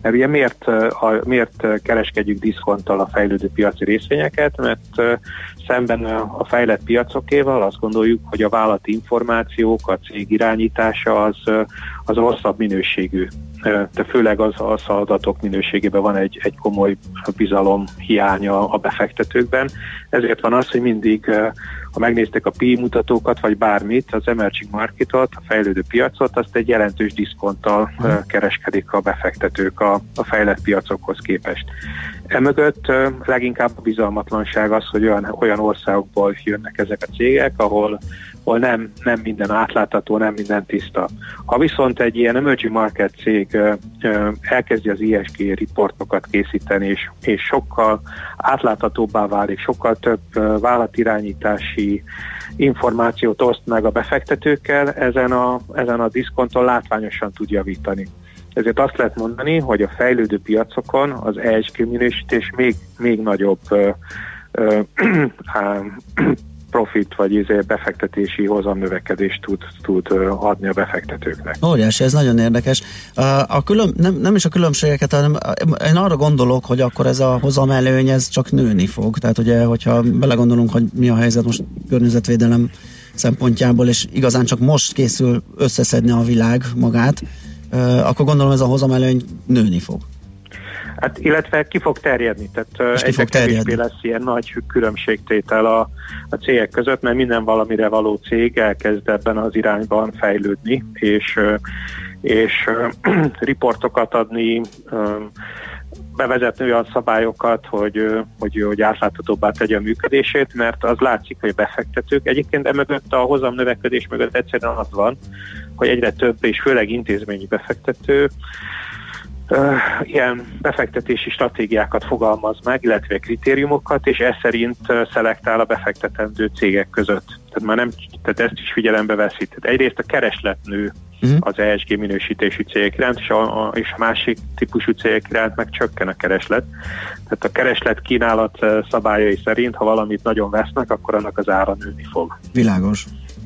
S10: Mert ugye miért, a, miért kereskedjük diszkonttal a fejlődő piaci részvényeket? Mert szemben a fejlett piacokéval azt gondoljuk, hogy a vállalati információk, a cég irányítása az, az rosszabb minőségű. De főleg az, az adatok minőségében van egy, egy komoly bizalom hiánya a befektetőkben. Ezért van az, hogy mindig, ha megnéztek a pé i mutatókat, vagy bármit, az emerging marketot, a fejlődő piacot, azt egy jelentős diszkonttal kereskedik a befektetők a, a fejlett piacokhoz képest. Emögött leginkább a bizalmatlanság az, hogy olyan, olyan országokból jönnek ezek a cégek, ahol, ahol nem, nem minden átlátható, nem minden tiszta. Ha viszont egy ilyen emerging market cég elkezdi az i es gé riportokat készíteni, és, és sokkal átláthatóbbá válik, sokkal több vállalatirányítási információt oszt meg a befektetőkkel, ezen a, ezen a diszkonton látványosan tud javítani. Ezért azt lehet mondani, hogy a fejlődő piacokon az e es gé minősítés még, még nagyobb ö, ö, profit vagy izé befektetési hozamnövekedést tud, tud adni a befektetőknek.
S2: Óriási, ez nagyon érdekes. A külön, nem, nem is a különbségeket, hanem én arra gondolok, hogy akkor ez a hozamelőny ez csak nőni fog. Tehát ugye, hogyha belegondolunk, hogy mi a helyzet most környezetvédelem szempontjából, és igazán csak most készül összeszedni a világ magát, akkor gondolom ez a hozamelőny nőni fog.
S10: Hát, illetve ki fog terjedni, tehát egyre kevésbé lesz ilyen nagy különbségtétel a, a cégek között, mert minden valamire való cég elkezd ebben az irányban fejlődni, és, és riportokat adni, bevezetni olyan szabályokat, hogy, hogy, hogy átláthatóbbá tegye a működését, mert az látszik, hogy a befektetők, egyébként emögött a hozam növekedés mögött egyszerűen az van, hogy egyre több és főleg intézményi befektető Uh, ilyen befektetési stratégiákat fogalmaz meg, illetve kritériumokat, és ez szerint uh, szelektál a befektetendő cégek között. Tehát már nem, tehát ezt is figyelembe veszi. Tehát egyrészt a kereslet nő uh-huh. az e es gé minősítésű cégek iránt, és a, a, és a másik típusú cégek iránt meg csökken a kereslet. Tehát a kereslet kínálat uh, szabályai szerint, ha valamit nagyon vesznek, akkor annak az ára nőni fog.
S2: Világos.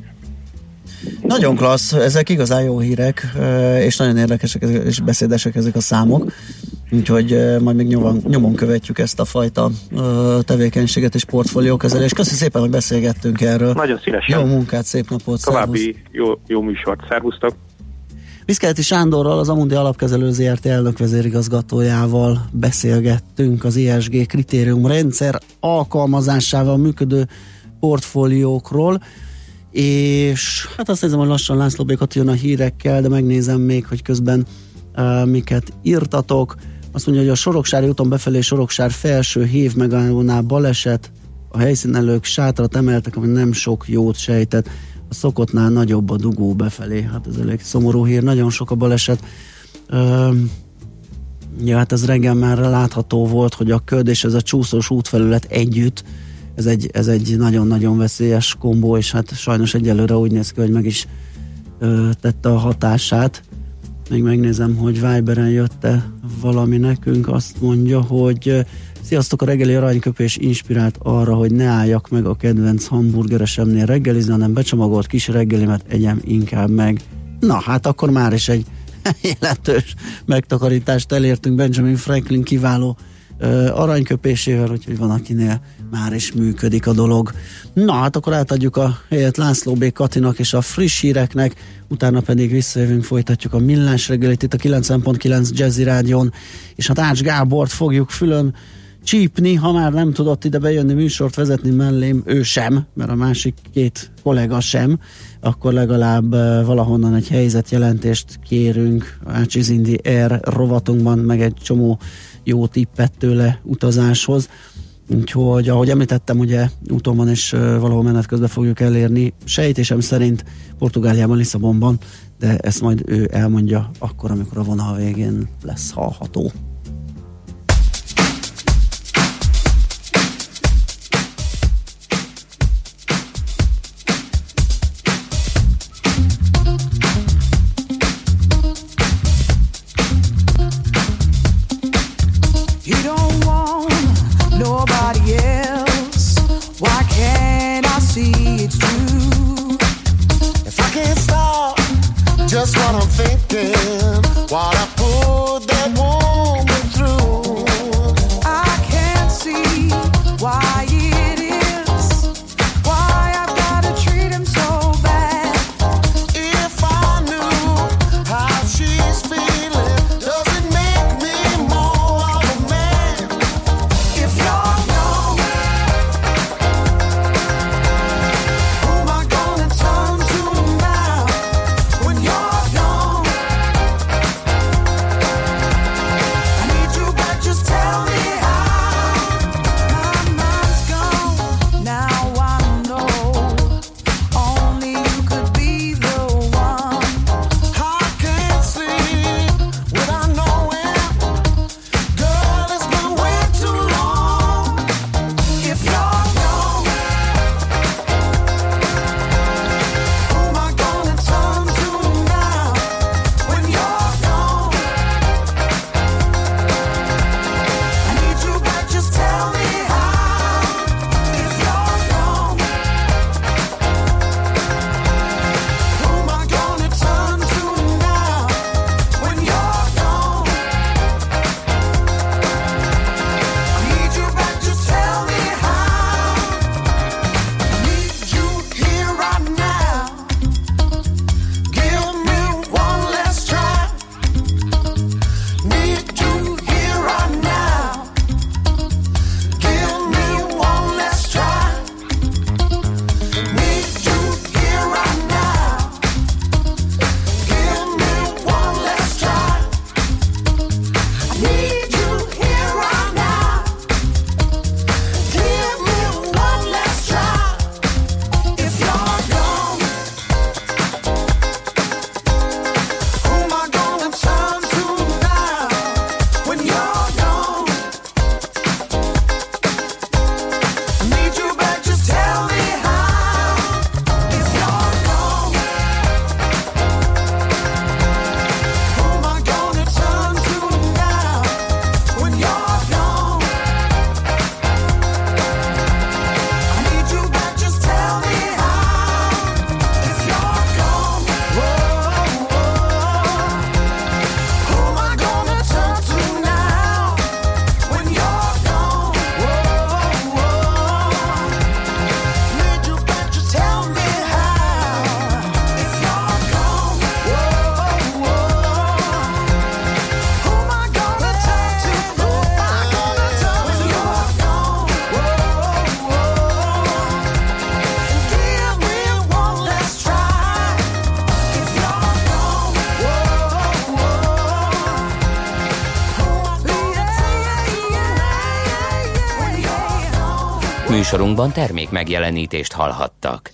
S2: Nagyon klassz, ezek igazán jó hírek, és nagyon érdekesek és beszédesek ezek a számok, úgyhogy majd még nyomon, nyomon követjük ezt a fajta tevékenységet és portfóliókezelést. Köszönöm szépen, hogy beszélgettünk erről.
S10: Nagyon szívesen.
S2: Jó munkát, szép napot.
S10: További jó, jó műsort. Szervusztok.
S2: Viszkeleti Sándorral, az Amundi Alapkezelő zé er té elnök vezérigazgatójával beszélgettünk az i es gé kritériumrendszer alkalmazásával működő portfóliókról, és hát azt nézem, hogy lassan László Békat jön a hírekkel, de megnézem még, hogy közben uh, miket írtatok. Azt mondja, hogy a Soroksári úton befelé Soroksár felső hév megállónál baleset, a helyszínelők sátrat emeltek, ami nem sok jót sejtett, a szokottnál nagyobb a dugó befelé. Hát ez elég szomorú hír, nagyon sok a baleset. Uh, ja, hát ez reggel már látható volt, hogy a köd és ez a csúszós útfelület együtt, Ez egy, ez egy nagyon-nagyon veszélyes kombó, és hát sajnos egyelőre úgy néz ki, hogy meg is ö, tette a hatását. Még megnézem, hogy Viberen jött-e valami nekünk, azt mondja, hogy sziasztok, a reggeli aranyköpés inspirált arra, hogy ne álljak meg a kedvenc hamburgeresemnél reggelizni, hanem becsomagolt kis reggelimet egyem inkább meg. Na, hát akkor már is egy jelentős megtakarítást elértünk Benjamin Franklin kiváló Uh, aranyköpésével, úgyhogy van, akinél már is működik a dolog. Na, hát akkor átadjuk a helyet László B. Katinak és a friss híreknek, utána pedig visszajövünk, folytatjuk a Millás reggelit itt a kilencven pont kilenc Jazzy Rádion, és hát Ács Gábort fogjuk fülön csípni, ha már nem tudott ide bejönni műsort vezetni mellém, ő sem, mert a másik két kollega sem, akkor legalább uh, valahonnan egy helyzetjelentést kérünk Ács Izindi Air rovatunkban, meg egy csomó jó tippet tőle utazáshoz. Úgyhogy, ahogy említettem, ugye úton van, és uh, valahol menet közben fogjuk elérni. Sejtésem szerint Portugáliában, Lisszabonban, de ezt majd ő elmondja akkor, amikor a vonal végén lesz hallható.
S11: Just what I'm thinking, while I put that one
S1: Műsorunkban termék megjelenítést hallhattak.